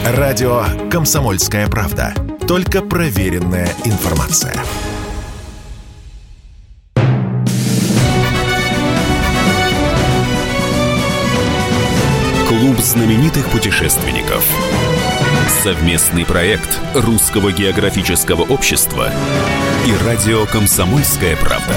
Радио «Комсомольская правда». Только проверенная информация. Клуб знаменитых путешественников. Совместный проект Русского географического общества и радио «Комсомольская правда».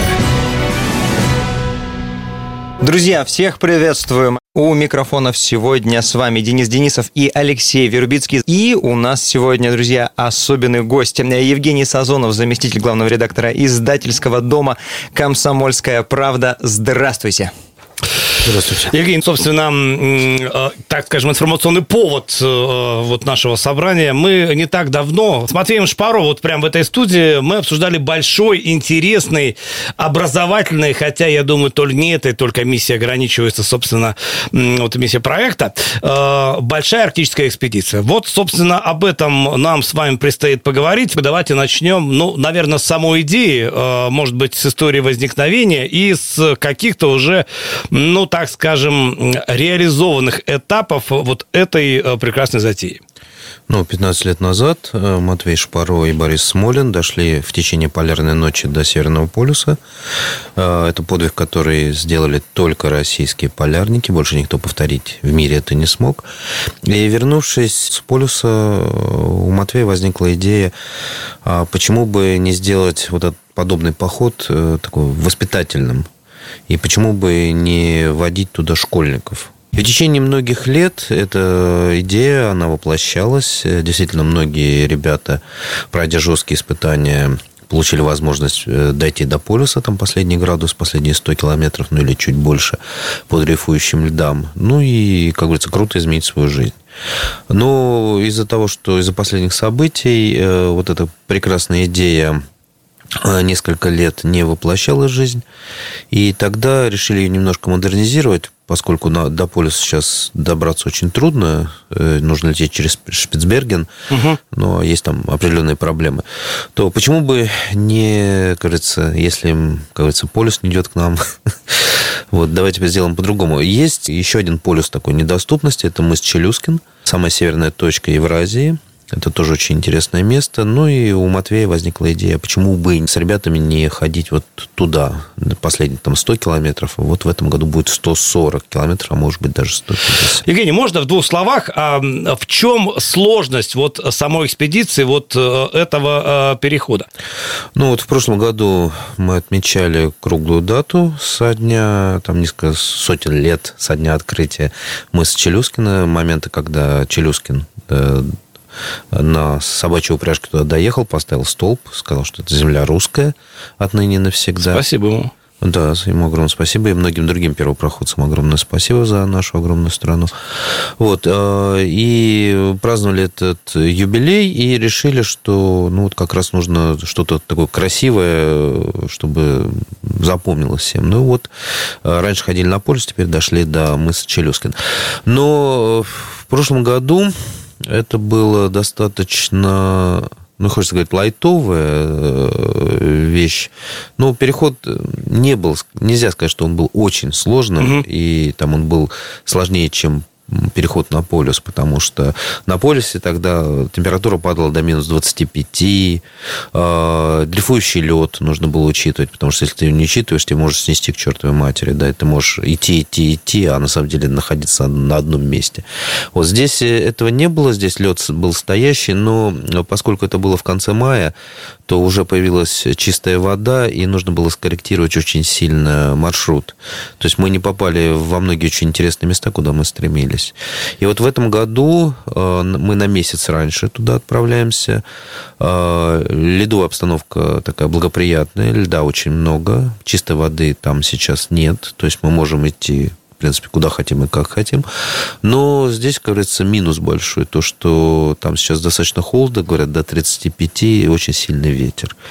Друзья, всех приветствуем. У микрофонов сегодня с вами Денис Денисов и Алексей Вербицкий. И у нас сегодня, друзья, особенный гость. Евгений Сазонов, заместитель главного редактора издательского дома «Комсомольская правда». Здравствуйте. Здравствуйте. Евгений, собственно, так скажем, информационный повод вот нашего собрания. Мы не так давно с Матвеем Шпаро, вот прямо в этой студии, мы обсуждали большой, интересный, образовательный, хотя, я думаю, не этой только миссия ограничивается, собственно, вот миссия проекта, большая арктическая экспедиция. Вот, собственно, об этом нам с вами предстоит поговорить. Давайте начнем, наверное, с самой идеи, может быть, с истории возникновения и с каких-то уже, так скажем, реализованных этапов вот этой прекрасной затеи. 15 лет назад Матвей Шпаро и Борис Смолин дошли в течение полярной ночи до Северного полюса. Это подвиг, который сделали только российские полярники. Больше никто повторить в мире это не смог. И вернувшись с полюса, у Матвея возникла идея, почему бы не сделать вот этот подобный поход такой воспитательным. И почему бы не водить туда школьников? И в течение многих лет эта идея, она воплощалась. Действительно, многие ребята, пройдя жесткие испытания, получили возможность дойти до полюса, там последний градус, последние 100 километров, или чуть больше, под дрейфующим льдам. И, как говорится, круто изменить свою жизнь. Но из-за того, что из-за последних событий вот эта прекрасная идея несколько лет не воплощалась в жизнь. И тогда решили ее немножко модернизировать, поскольку до полюса сейчас добраться очень трудно. Нужно лететь через Шпицберген, но есть там определенные проблемы. То почему бы не, кажется, если, как говорится, полюс не идет к нам, давайте сделаем по-другому. Есть еще один полюс такой недоступности, это мыс Челюскин, самая северная точка Евразии. Это тоже очень интересное место. И у Матвея возникла идея, почему бы с ребятами не ходить вот туда, последние 100 километров. Вот в этом году будет 140 километров, а может быть даже 150. Евгений, можно в двух словах, в чем сложность самой экспедиции, этого перехода? В прошлом году мы отмечали круглую дату со дня, несколько сотен лет со дня открытия мыса Челюскина, момента, когда Челюскин на собачьей упряжке туда доехал, поставил столб, сказал, что это земля русская отныне навсегда. Спасибо ему. Да, ему огромное спасибо. И многим другим первопроходцам огромное спасибо за нашу огромную страну. И праздновали этот юбилей и решили, что как раз нужно что-то такое красивое, чтобы запомнилось всем. Раньше ходили на полюс, теперь дошли до мыса Челюскин. Но в прошлом году это было достаточно, хочется сказать, лайтовая вещь. Но переход не был, нельзя сказать, что он был очень сложным, и там он был сложнее, чем переход на полюс, потому что на полюсе тогда температура падала до минус 25, дрейфующий лед нужно было учитывать, потому что если ты его не учитываешь, ты можешь снести к чертовой матери, да, и ты можешь идти, а на самом деле находиться на одном месте. Здесь этого не было, здесь лед был стоящий, но поскольку это было в конце мая, то уже появилась чистая вода, и нужно было скорректировать очень сильно маршрут. То есть мы не попали во многие очень интересные места, куда мы стремились. И в этом году мы на месяц раньше туда отправляемся. Ледовая обстановка такая благоприятная, льда очень много, чистой воды там сейчас нет, то есть мы можем идти, в принципе, куда хотим и как хотим. Но здесь, как говорится, минус большой, то, что там сейчас достаточно холодно, говорят, до 35, и очень сильный ветер.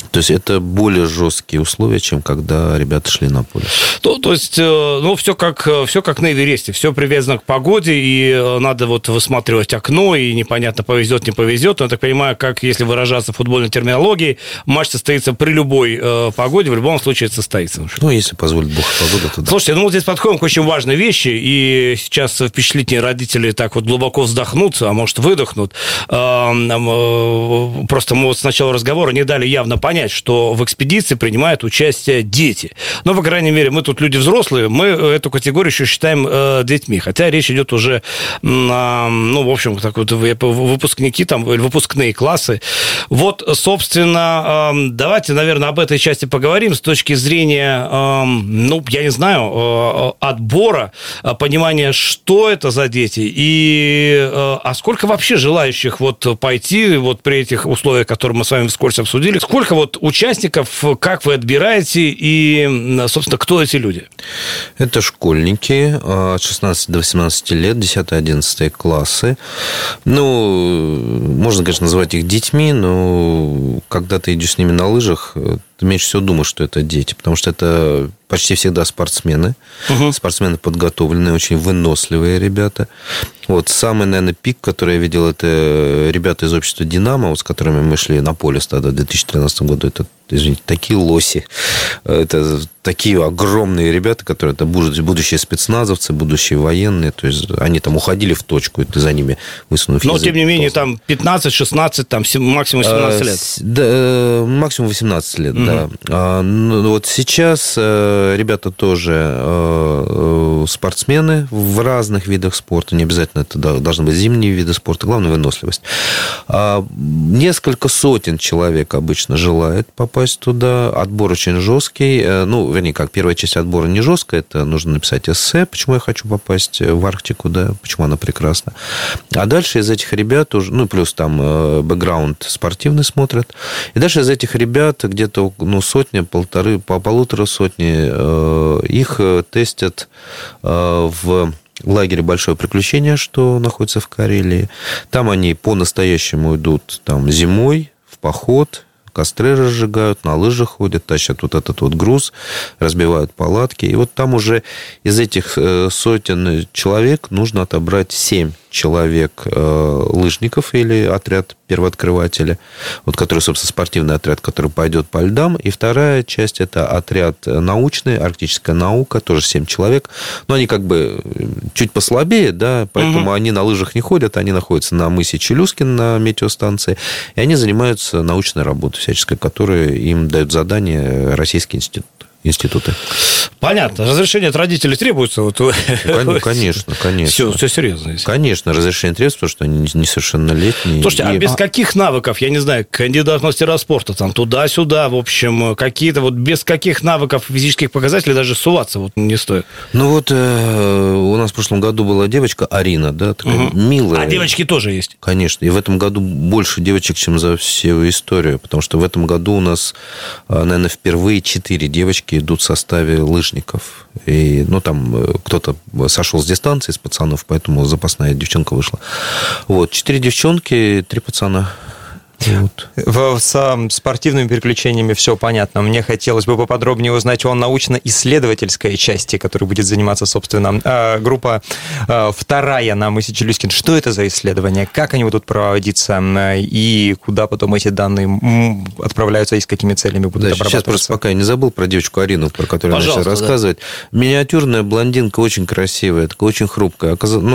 То есть это более жесткие условия, чем когда ребята шли на поле. То есть, все как на Эвересте, все привязано к погоде, и надо вот высматривать окно, и непонятно, повезет, не повезет. Но я так понимаю, как, если выражаться в футбольной терминологии, матч состоится при любой погоде, в любом случае это состоится. Если позволит Бог погода, то да. Слушайте, вот здесь подходим к очень важной вещи, и сейчас впечатлительные родители так вот глубоко вздохнут, а может выдохнут. Просто мы вот с начала разговора не дали явно понять, что в экспедиции принимают участие дети. Но, по крайней мере, мы тут люди взрослые, мы эту категорию еще считаем детьми. Хотя речь идет уже, в общем, так вот, выпускники, там, выпускные классы. Вот, собственно, давайте, наверное, об этой части поговорим с точки зрения, я не знаю, отбора, понимания, что это за дети, а сколько вообще желающих вот пойти вот при этих условиях, которые мы с вами вскользь обсудили, сколько вот участников, как вы отбираете и, собственно, кто эти люди? Это школьники от 16 до 18 лет, 10-11 классы. Можно, конечно, называть их детьми, но когда ты идешь с ними на лыжах, ты меньше всего думаешь, что это дети, потому что это почти всегда спортсмены. Спортсмены подготовленные, очень выносливые ребята. Вот самый, наверное, пик, который я видел, это ребята из общества «Динамо», с которыми мы шли на поле тогда в 2013 году. Это, извините, такие лоси. Это такие огромные ребята, которые это будущие спецназовцы, будущие военные. То есть они там уходили в точку, и ты за ними высунув язык. Но, тем не менее, там 15, 16, там максимум 17 лет. Да, максимум 18 лет, да. Вот сейчас ребята тоже спортсмены в разных видах спорта. Не обязательно это должны быть зимние виды спорта. Главное, выносливость. Несколько сотен человек обычно желает попасть туда. Отбор очень жесткий. Первая часть отбора не жесткая. Это нужно написать эссе, почему я хочу попасть в Арктику, да, почему она прекрасна. А дальше из этих ребят уже, плюс там бэкграунд спортивный смотрят. И дальше из этих ребят где-то сотня, полутора сотни, их тестят в лагере «Большое приключение», что находится в Карелии. Там они по-настоящему идут зимой в поход, костры разжигают, на лыжах ходят, тащат вот этот вот груз, разбивают палатки. И вот там уже из этих сотен человек нужно отобрать 7 человек лыжников или отряд первооткрывателя, вот который, собственно, спортивный отряд, который пойдет по льдам. И вторая часть – это отряд научный, арктическая наука, тоже 7 человек. Но они чуть послабее, да, поэтому они на лыжах не ходят, они находятся на мысе Челюскин на метеостанции, и они занимаются научной работой всяческой, которую им дают задания российские институты. Понятно. Разрешение от родителей требуется? Конечно. Все серьезно. Конечно, разрешение требуется, потому что они несовершеннолетние. Слушайте, а без каких навыков, я не знаю, кандидат в мастера спорта, туда-сюда, в общем, какие-то без каких навыков физических показателей даже суваться не стоит? У нас в прошлом году была девочка Арина, да, такая милая. А девочки тоже есть? Конечно. И в этом году больше девочек, чем за всю историю, потому что в этом году у нас, наверное, впервые 4 девочки идут в составе лыжников. И, кто-то сошел с дистанции, с пацанов, поэтому запасная девчонка вышла. 4 девчонки, 3 пацана. С спортивными переключениями все понятно. Мне хотелось бы поподробнее узнать о научно-исследовательской части, которой будет заниматься, собственно, группа вторая на мысе Челюскин. Что это за исследования? Как они будут проводиться? И куда потом эти данные отправляются и с какими целями будут обрабатываться? Сейчас просто пока я не забыл про девочку Арину, про которую я начал рассказывать. Да. Миниатюрная блондинка, очень красивая, такая, очень хрупкая.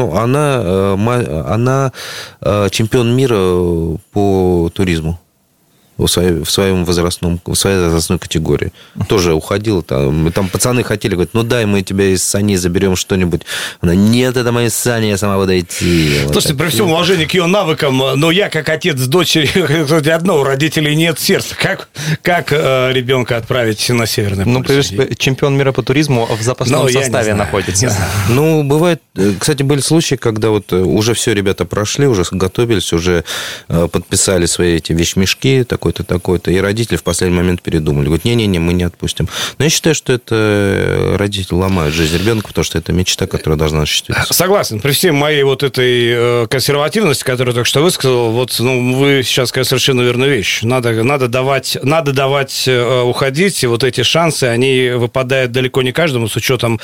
Она чемпион мира по туризму в своей возрастной категории. Тоже уходила. Там пацаны хотели, говорят, дай мы тебя из сани заберем что-нибудь. Она, нет, это мои сани, я сама буду идти. Слушайте, при всем уважении к ее навыкам, но я, как отец с дочерью, одного у родителей нет сердца. Как ребенка отправить на Северный полюс? Чемпион мира по туризму в запасном составе находится. Бывает... Кстати, были случаи, когда уже все ребята прошли, уже готовились, уже подписали свои эти вещмешки, такой такой-то, такой-то. И родители в последний момент передумали. Говорят, не-не-не, мы не отпустим. Но я считаю, что это родители ломают жизнь ребенка, потому что это мечта, которая должна осуществиться. Согласен. При всей моей вот этой консервативности, которую я только что высказал, вот, вы сейчас сказали совершенно верную вещь. Надо давать уходить, и вот эти шансы, они выпадают далеко не каждому, с учетом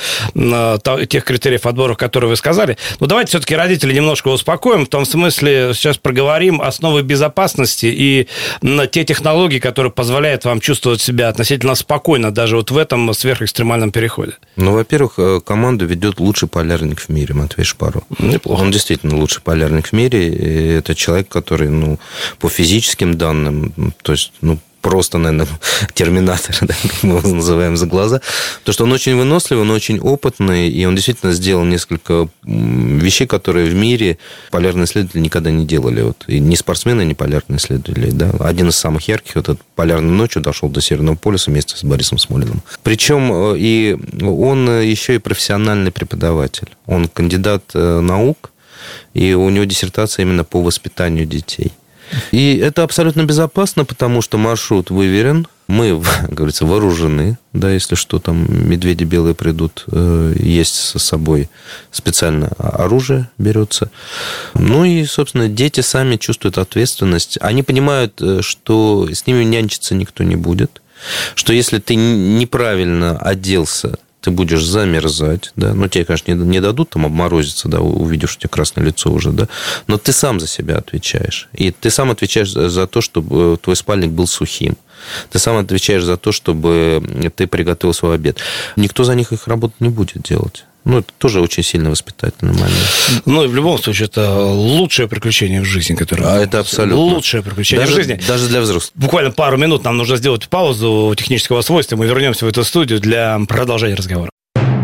тех критериев отбора, которые вы сказали. Но давайте все-таки родителей немножко успокоим, в том смысле, сейчас проговорим основы безопасности и те технологии, которые позволяют вам чувствовать себя относительно спокойно даже вот в этом сверхэкстремальном переходе. Ну, во-первых, команду ведет лучший полярник в мире, Матвей Шпаров. Неплохо. Он действительно лучший полярник в мире. И это человек, который, по физическим данным, то есть, просто, наверное, терминатор, да, как мы его называем, за глаза. Потому что он очень выносливый, он очень опытный, и он действительно сделал несколько вещей, которые в мире полярные исследователи никогда не делали. Вот. И ни спортсмены, ни полярные исследователи. Да. Один из самых ярких, вот этот полярной ночью дошел до Северного полюса вместе с Борисом Смолиным. Причем и он еще и профессиональный преподаватель. Он кандидат наук, и у него диссертация именно по воспитанию детей. И это абсолютно безопасно, потому что маршрут выверен. Мы, как говорится, вооружены. Да, если что, там медведи белые придут, есть с собой специально оружие берется. И, собственно, дети сами чувствуют ответственность. Они понимают, что с ними нянчиться никто не будет. Что если ты неправильно оделся, ты будешь замерзать, да, тебе, конечно, не дадут там обморозиться, да, увидев, что у тебя красное лицо уже, да, но ты сам за себя отвечаешь. И ты сам отвечаешь за то, чтобы твой спальник был сухим. Ты сам отвечаешь за то, чтобы ты приготовил свой обед. Никто за них их работу не будет делать. Это тоже очень сильно воспитательный момент. И в любом случае, это лучшее приключение в жизни, которое... это абсолютно. Лучшее приключение в жизни. Даже для взрослых. Буквально пару минут нам нужно сделать паузу технического свойства. Мы вернемся в эту студию для продолжения разговора.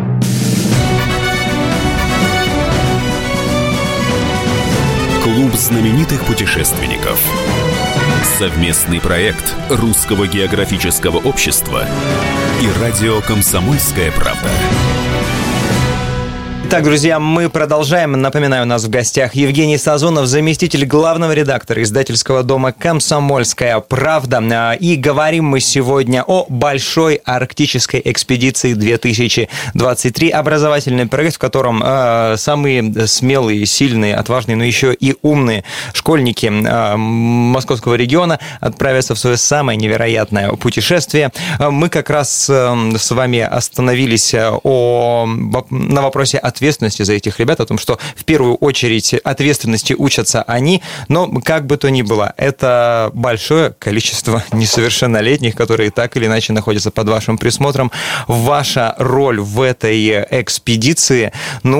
Клуб знаменитых путешественников. Совместный проект Русского географического общества и радио «Комсомольская правда». Итак, друзья, мы продолжаем. Напоминаю, у нас в гостях Евгений Сазонов, заместитель главного редактора издательского дома «Комсомольская правда». И говорим мы сегодня о Большой арктической экспедиции 2023. Образовательный проект, в котором самые смелые, сильные, отважные, но еще и умные школьники московского региона отправятся в свое самое невероятное путешествие. Мы как раз с вами остановились на вопросе ответственности за этих ребят, о том, что в первую очередь ответственности учатся они, но как бы то ни было, это большое количество несовершеннолетних, которые так или иначе находятся под вашим присмотром. Ваша роль в этой экспедиции,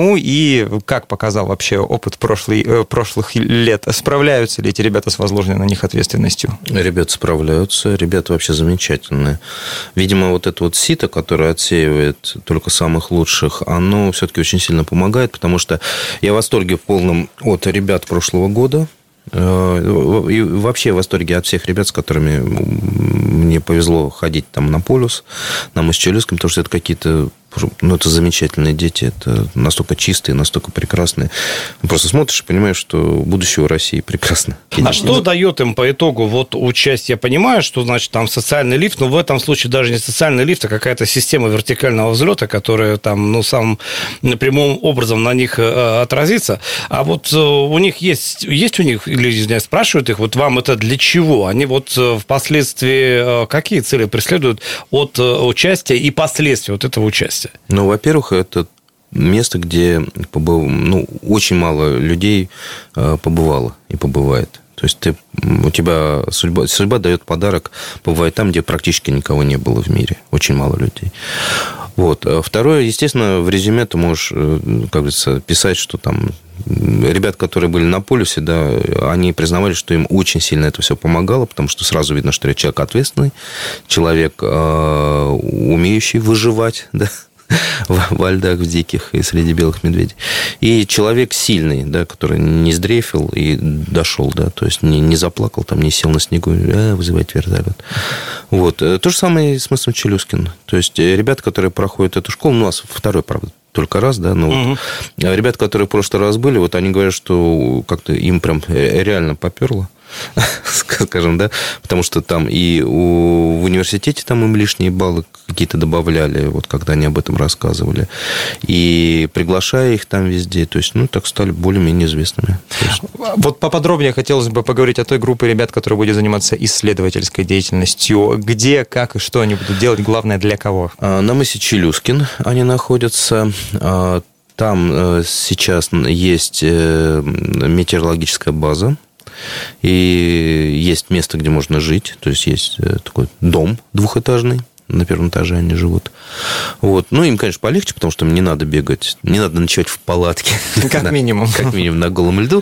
и как показал вообще опыт прошлых лет, справляются ли эти ребята с возложенной на них ответственностью? Ребята справляются, ребята вообще замечательные. Видимо, вот это вот сито, которое отсеивает только самых лучших, оно все-таки очень сильно помогает, потому что я в восторге в полном от ребят прошлого года. И вообще в восторге от всех ребят, с которыми мне повезло ходить там на полюс, на мыс Челюском, потому что это какие-то... это замечательные дети, это настолько чистые, настолько прекрасные. Просто смотришь и понимаешь, что будущее у России прекрасно. А что дает им по итогу участие? Я понимаю, что значит там социальный лифт, но в этом случае даже не социальный лифт, а какая-то система вертикального взлета, которая там, самым прямым образом на них отразится. А у них есть у них, или спрашивают их, вам это для чего? Они впоследствии какие цели преследуют от участия и последствий от этого участия? Во-первых, это место, где очень мало людей побывало и побывает. То есть у тебя судьба дает подарок, бывает там, где практически никого не было в мире. Очень мало людей. Второе, естественно, в резюме ты можешь, как говорится, писать, что там ребят, которые были на полюсе, да, они признавали, что им очень сильно это все помогало, потому что сразу видно, что человек ответственный, человек, умеющий выживать, да, во льдах в диких и среди белых медведей. И человек сильный, да, который не сдрейфил и дошел, да, то есть не заплакал, там, не сел на снегу, вызывать вертолет. То же самое с мысом Челюскин. То есть ребята, которые проходят эту школу, у нас второй, правда, только раз, да, ребята, которые в прошлый раз были, они говорят, что как-то им прям реально поперло. скажем, да, потому что там и в университете там им лишние баллы какие-то добавляли, вот когда они об этом рассказывали, и приглашая их там везде, то есть, так стали более-менее известными. Вот поподробнее хотелось бы поговорить о той группе ребят, которая будет заниматься исследовательской деятельностью. Где, как и что они будут делать, главное, для кого? На мысе Челюскин они находятся. Там сейчас есть метеорологическая база, и есть место, где можно жить, то есть есть такой дом двухэтажный. На первом этаже они живут. Вот. Им, конечно, полегче, потому что им не надо бегать, не надо ночевать в палатке. Как минимум. Как минимум на голом льду.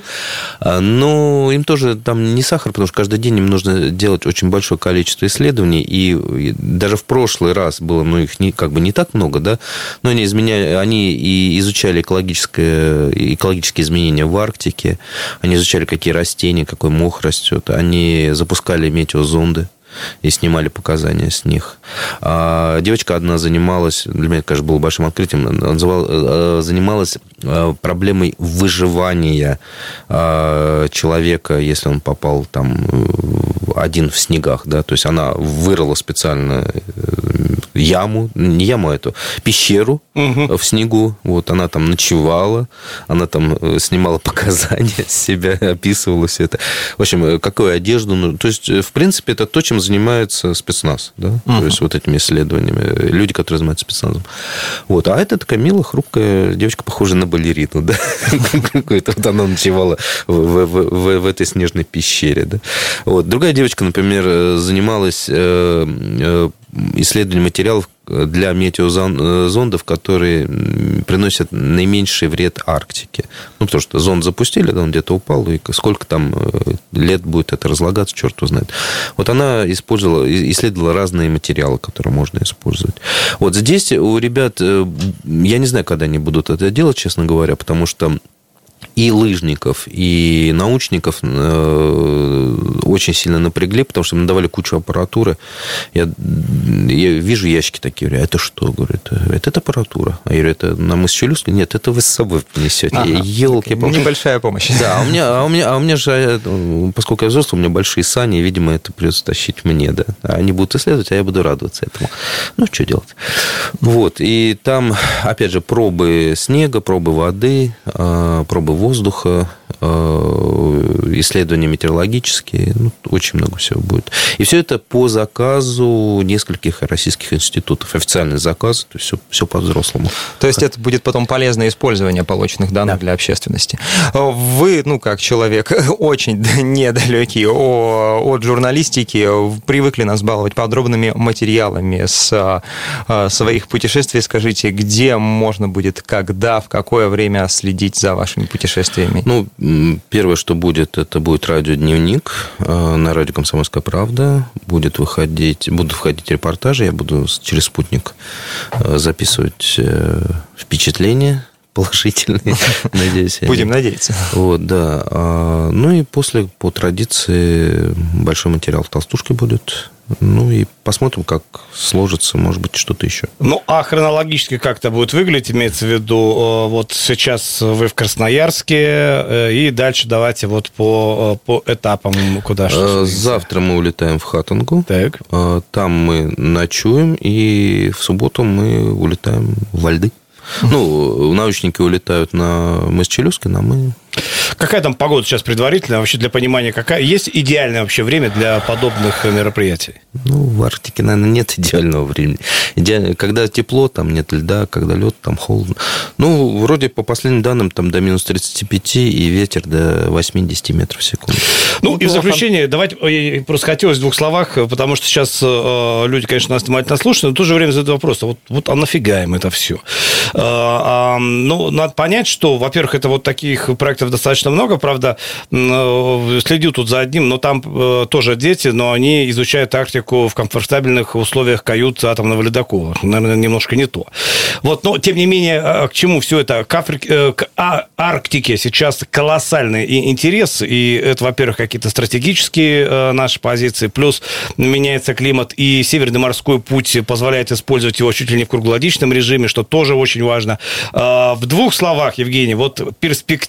Но им тоже там не сахар, потому что каждый день им нужно делать очень большое количество исследований. И даже в прошлый раз было, их не так много, да, но они и изучали экологические изменения в Арктике, они изучали, какие растения, какой мох растет, они запускали метеозонды и снимали показания с них. Девочка одна занималась, для меня это, конечно, было большим открытием, занималась проблемой выживания человека, если он попал там один в снегах, да, то есть она вырыла специально яму, не яму, а эту пещеру в снегу, вот, она там ночевала, она там снимала показания с себя, описывала все это. В общем, какую одежду, то есть, в принципе, это то, чем занимается спецназ, да, то есть, вот этими исследованиями, люди, которые занимаются спецназом. Вот, а это такая милая, хрупкая девочка, похожая на балерину, да, какой-то, вот она ночевала в этой снежной пещере, да. Вот, другая девочка, например, занималась исследование материалов для метеозондов, которые приносят наименьший вред Арктике. Потому что зонд запустили, да, он где-то упал, и сколько там лет будет это разлагаться, черт его знает. Вот она исследовала разные материалы, которые можно использовать. Вот здесь у ребят, я не знаю, когда они будут это делать, честно говоря, потому что и лыжников, и научников очень сильно напрягли, потому что им давали кучу аппаратуры. Я вижу ящики такие, говорю, это что? Говорит, это аппаратура. Я говорю, это на мыс Челюскин? Нет, это вы с собой принесете. Елки-палки. Небольшая помощь. Да, у меня же, поскольку я взрослый, у меня большие сани, и, видимо, это придется тащить мне, да. Они будут исследовать, а я буду радоваться этому. Что делать? Вот, и там, опять же, пробы снега, пробы воды, пробы воздуха, исследования метеорологические, очень много всего будет. И все это по заказу нескольких российских институтов. Официальный заказ, то есть все по-взрослому. То есть это будет потом полезное использование полученных данных для общественности. Вы, как человек очень недалекий от журналистики, привыкли нас баловать подробными материалами с своих путешествий. Скажите, где можно будет, когда, в какое время следить за вашими путешествиями? Первое, что будет, это будет радиодневник на радио «Комсомольская правда». Будут выходить репортажи, я буду через спутник записывать впечатления положительные, надеюсь. Будем надеяться. Вот, да. И после, по традиции, большой материал в толстушке будет. И посмотрим, как сложится, может быть, что-то еще. А хронологически как это будет выглядеть, имеется в виду, вот сейчас вы в Красноярске, и дальше давайте вот по этапам, куда что. Завтра мы улетаем в Хатангу. Так. Там мы ночуем, и в субботу мы улетаем во льды. Научники улетают на мыс Челюскин, а мы... Какая там погода сейчас предварительная? Вообще для понимания, какая есть идеальное вообще время для подобных мероприятий? В Арктике, наверное, нет идеального времени. Когда тепло, там нет льда, когда лед, там холодно. Вроде по последним данным, там до минус 35 и ветер до 80 метров в секунду. И в заключение, давайте, просто хотелось в двух словах, потому что сейчас люди, конечно, нас внимательно слушают, но в то же время задают вопрос, а нафига им это все? Надо понять, что, во-первых, это вот таких проектов достаточно много, правда, следил тут за одним, но там тоже дети, но они изучают Арктику в комфортабельных условиях кают атомного ледокола. Наверное, немножко не то. Но, тем не менее, к чему все это? К Арктике сейчас колоссальный интерес, и это, во-первых, какие-то стратегические наши позиции, плюс меняется климат, и Северный морской путь позволяет использовать его чуть ли не в круглогодичном режиме, что тоже очень важно. В двух словах, Евгений, перспективы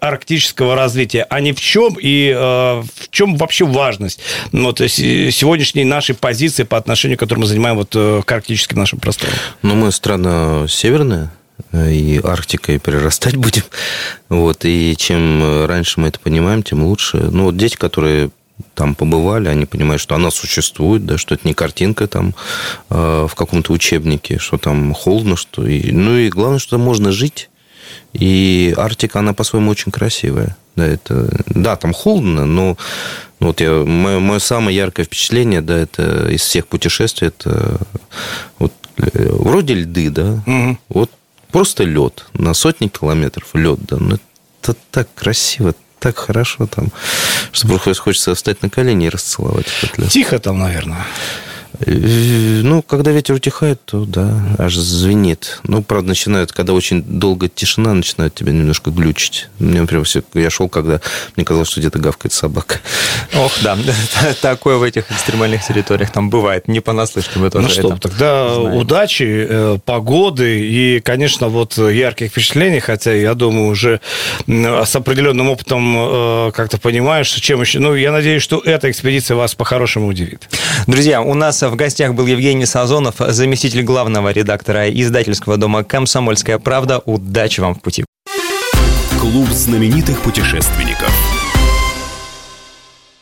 арктического развития, а не в чем, и в чем вообще важность вот, сегодняшней нашей позиции по отношению, которую мы занимаем вот, к арктическим нашим просторам? Ну, мы страна северная, и Арктикой прирастать будем. Вот, и чем раньше мы это понимаем, тем лучше. Ну, вот дети, которые там побывали, они понимают, что она существует, да, что это не картинка там в каком-то учебнике, что там холодно, что... Ну, и главное, что там можно жить. И Арктика, она по-своему очень красивая. Да, там холодно, но вот мое самое яркое впечатление, да, это из всех путешествий, это вот, вроде льды, да, вот просто лед на сотни километров лед, да, ну, это так красиво, так хорошо там, что просто хочется встать на колени и расцеловать этот лед. Тихо там, наверное. Ну, когда ветер утихает, то да, аж звенит. Ну, правда, начинает, когда очень долго тишина, начинает тебя немножко глючить. Мне, например, я шел, когда мне казалось, что где-то гавкает собака. Ох, да, такое в этих экстремальных территориях там бывает, не понаслышке мы тоже. Ну что, тогда знаем. Удачи, погоды и, конечно, вот ярких впечатлений, хотя, я думаю, уже с определенным опытом как-то понимаешь, чем еще... Ну, я надеюсь, что эта экспедиция вас по-хорошему удивит. Друзья, у нас в гостях был Евгений Сазонов, заместитель главного редактора издательского дома «Комсомольская правда». Удачи вам в пути. Клуб знаменитых путешественников.